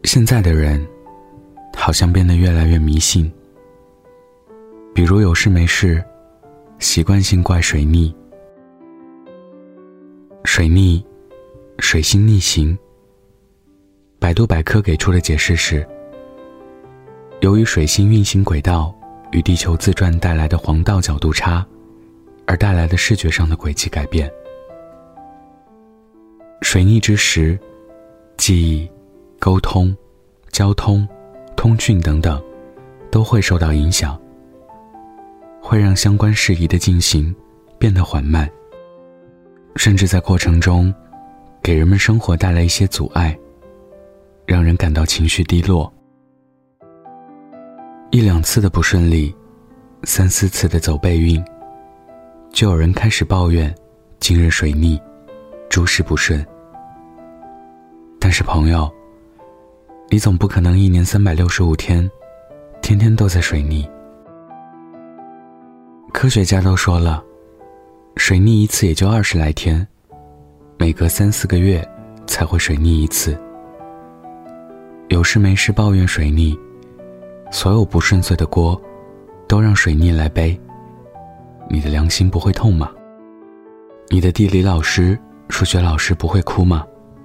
现在的人好像变得越来越迷信，比如有事没事习惯性怪水逆。水逆，水星逆行。百度百科给出的解释是，由于水星运行轨道与地球自转带来的黄道角度差，而带来的视觉上的轨迹改变。水逆之时，记忆、沟通、交通、通讯等等都会受到影响，会让相关事宜的进行变得缓慢，甚至在过程中给人们生活带来一些阻碍，让人感到情绪低落。一两次的不顺利，三四次的走背运，就有人开始抱怨今日水逆，诸事不顺。但是朋友，你总不可能一年365天天天都在水逆。科学家都说了，水逆一次也就20来天，每隔3-4个月才会水逆一次。有事没事抱怨水逆，所有不顺遂的锅都让水逆来背，你的良心不会痛吗？你的地理老师、数学老师不会哭吗？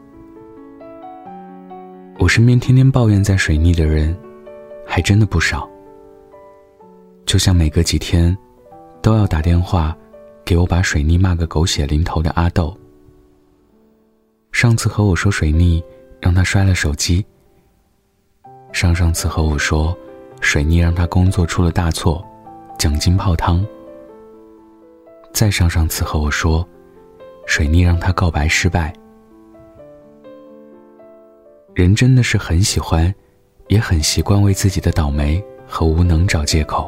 我身边天天抱怨在水逆的人还真的不少，就像每隔几天都要打电话给我把水逆骂个狗血淋头的阿豆。上次和我说水逆让他摔了手机，上次和我说水逆让他工作出了大错，奖金泡汤。再上次和我说水逆让他告白失败。人真的是很喜欢，也很习惯为自己的倒霉和无能找借口。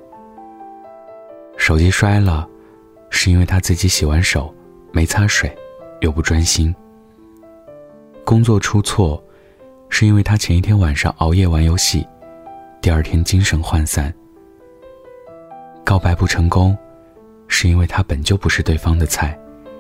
手机摔了，是因为他自己洗完手没擦水，又不专心。工作出错，是因为他前一天晚上熬夜玩游戏，第二天精神涣散。告白不成功，是因为他本就不是对方的菜。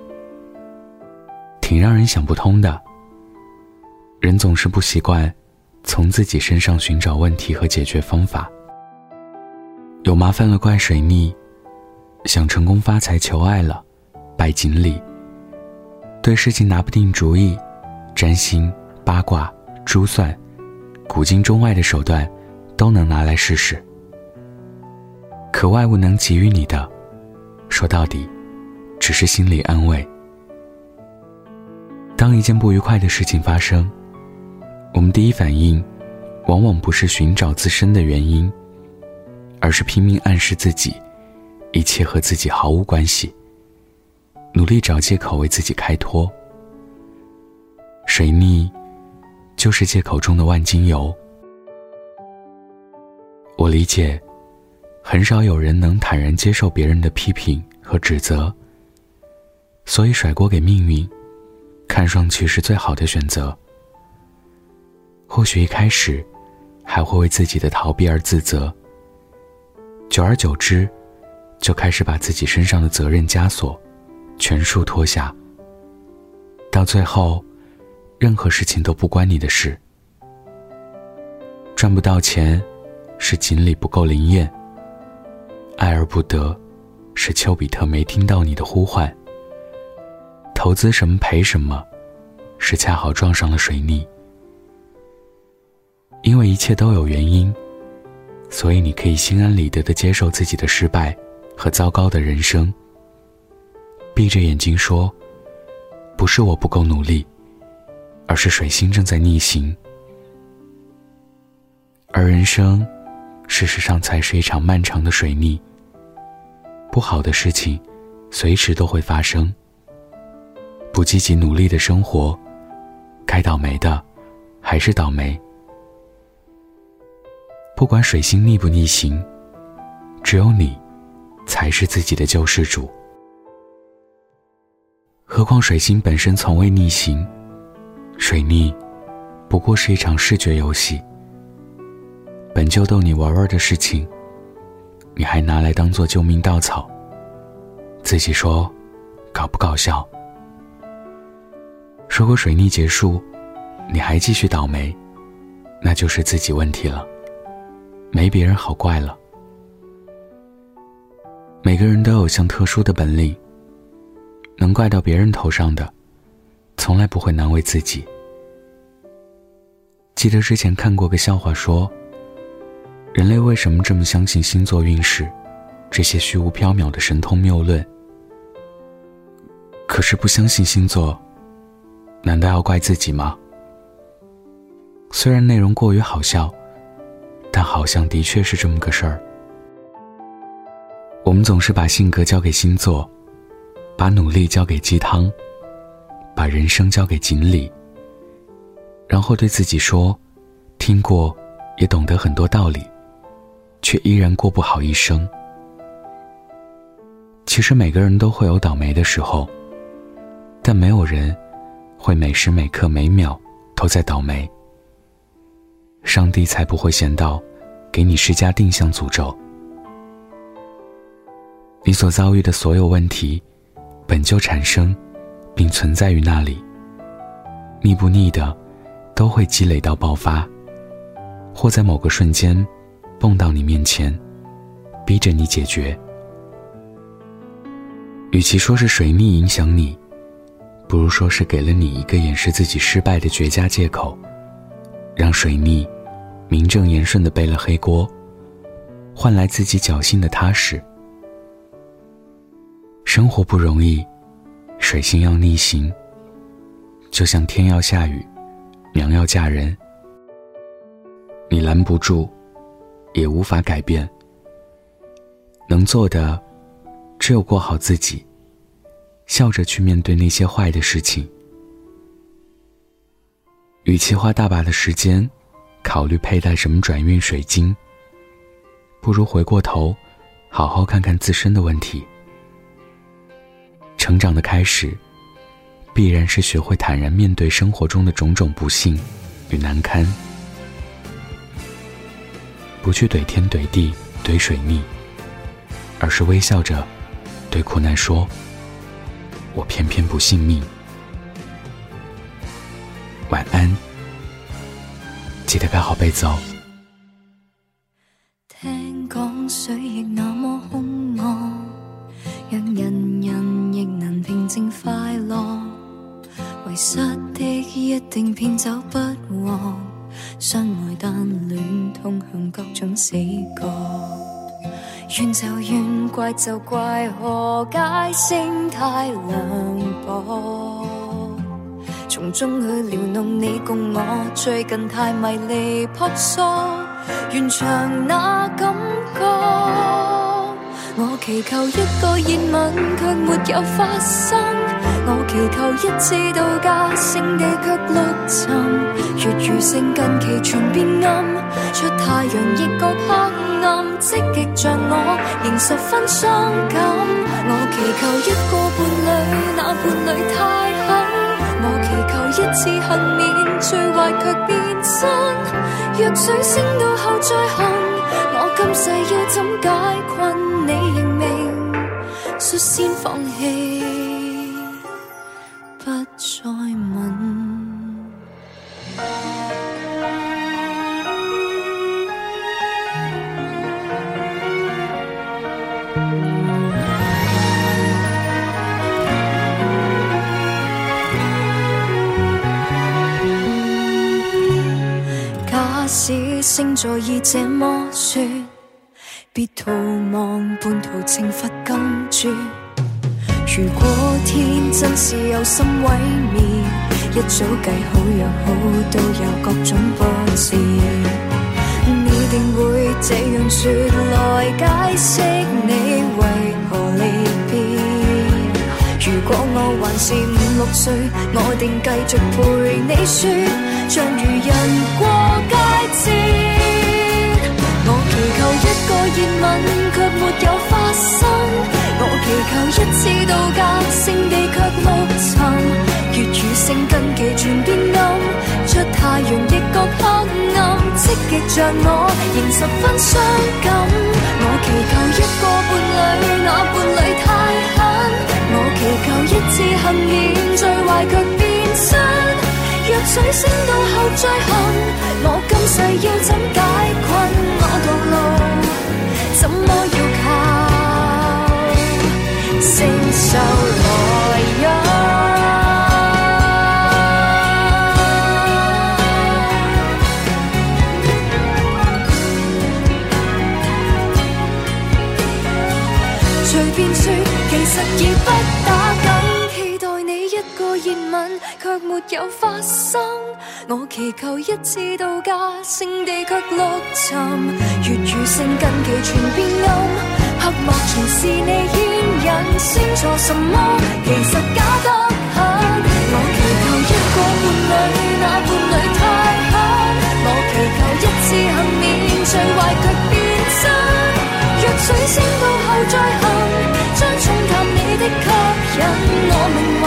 挺让人想不通的。人总是不习惯从自己身上寻找问题和解决方法，有麻烦了怪水逆，想成功发财求爱了拜锦鲤，对事情拿不定主意，占星、八卦、珠算，古今中外的手段都能拿来试试。可外物能给予你的，说到底只是心理安慰。当一件不愉快的事情发生，我们第一反应往往不是寻找自身的原因，而是拼命暗示自己一切和自己毫无关系，努力找借口为自己开脱。水逆就是借口中的万金油。我理解，很少有人能坦然接受别人的批评和指责，所以甩锅给命运，看上去是最好的选择。或许一开始还会为自己的逃避而自责，久而久之就开始把自己身上的责任枷锁全数脱下，到最后任何事情都不关你的事。赚不到钱是锦鲤不够灵验，爱而不得是丘比特没听到你的呼唤，投资什么赔什么是恰好撞上了水逆。因为一切都有原因，所以你可以心安理得地接受自己的失败和糟糕的人生，闭着眼睛说，不是我不够努力，而是水星正在逆行。而人生事实上才是一场漫长的水逆，不好的事情随时都会发生，不积极努力的生活，该倒霉的还是倒霉。不管水星逆不逆行，只有你才是自己的救世主。何况水星本身从未逆行，水逆不过是一场视觉游戏，本就逗你玩玩的事情，你还拿来当作救命稻草，自己说搞不搞笑？如果水逆结束，你还继续倒霉， 那就是自己问题了，没别人好怪了。每个人都有项特殊的本领，能怪到别人头上的，从来不会难为自己。记得之前看过个笑话说，人类为什么这么相信星座运势这些虚无缥缈的神通谬论，可是不相信星座，难道要怪自己吗？虽然内容过于好笑，但好像的确是这么个事儿。我们总是把性格交给星座，把努力交给鸡汤，把人生交给锦鲤，然后对自己说，听过也懂得很多道理，却依然过不好一生。其实每个人都会有倒霉的时候，但没有人会每时每刻每秒都在倒霉。上帝才不会闲到给你施加定向诅咒。你所遭遇的所有问题本就产生并存在于那里，腻不腻的都会积累到爆发，或在某个瞬间蹦到你面前，逼着你解决。与其说是水逆影响你，不如说是给了你一个掩饰自己失败的绝佳借口，让水逆名正言顺地背了黑锅，换来自己侥幸的踏实。生活不容易，水星要逆行，就像天要下雨，娘要嫁人，你拦不住，也无法改变。能做的只有过好自己，笑着去面对那些坏的事情。与其花大把的时间考虑佩戴什么转运水晶，不如回过头好好看看自身的问题。成长的开始必然是学会坦然面对生活中的种种不幸与难堪，不去怼天怼地怼水逆，而是微笑着对苦难说，我偏偏不信命。晚安，记得盖好被子哦。 聽講水亦那麼兇惡，讓人人亦能平靜快樂，遺失的一定騙走不獲，相愛單戀通向各種死角，怨就怨怪就怪，何解聲太涼薄，從中去撩弄你共我，最近太迷離撲朔，完場那感覺。我祈求一個熱吻，卻沒有發生。我祈求一次度假，勝地卻陸沉。月如星近期全變暗，出太陽亦覺黑暗。積極像我，仍十分傷感。我祈求一個伴侶，那伴侶太狠。我祈求一次幸免，最壞卻變真。若水星到後再行，我今世要怎解困？你認命，率先放棄，不再問。假使星座已這麼說，別徒望半途懲罰更絕。如果天真是有心毀滅，一早計好約好都有各種波折。你定會這樣說來解釋你為何離別。如果我還是5、6歲，我定繼續陪你說，像如人過佳節。我祈求一個熱吻，卻沒有發生。我祈求一次度假，勝地卻陸沉。月與星近期全變暗，出太陽亦覺黑暗。積極像我，仍十分傷感。我祈求一個伴侶，那伴侶太狠。我祈求一次幸免，最壞卻變真。 若水星到後再行，我今世要怎解困？我道路怎麼要靠星宿來引？隨便說，其實已不打緊，期待你一個熱吻，卻沒有發生。我祈求一次度假勝地卻落沉，粵語聲近期全變暗，黑幕全是你牽引，星錯什麼其實假得很。我祈求一個伴侶，那伴侶太狠，我祈求一次幸免，最壞卻變真。若水星到後再行，將重談你的吸引，我明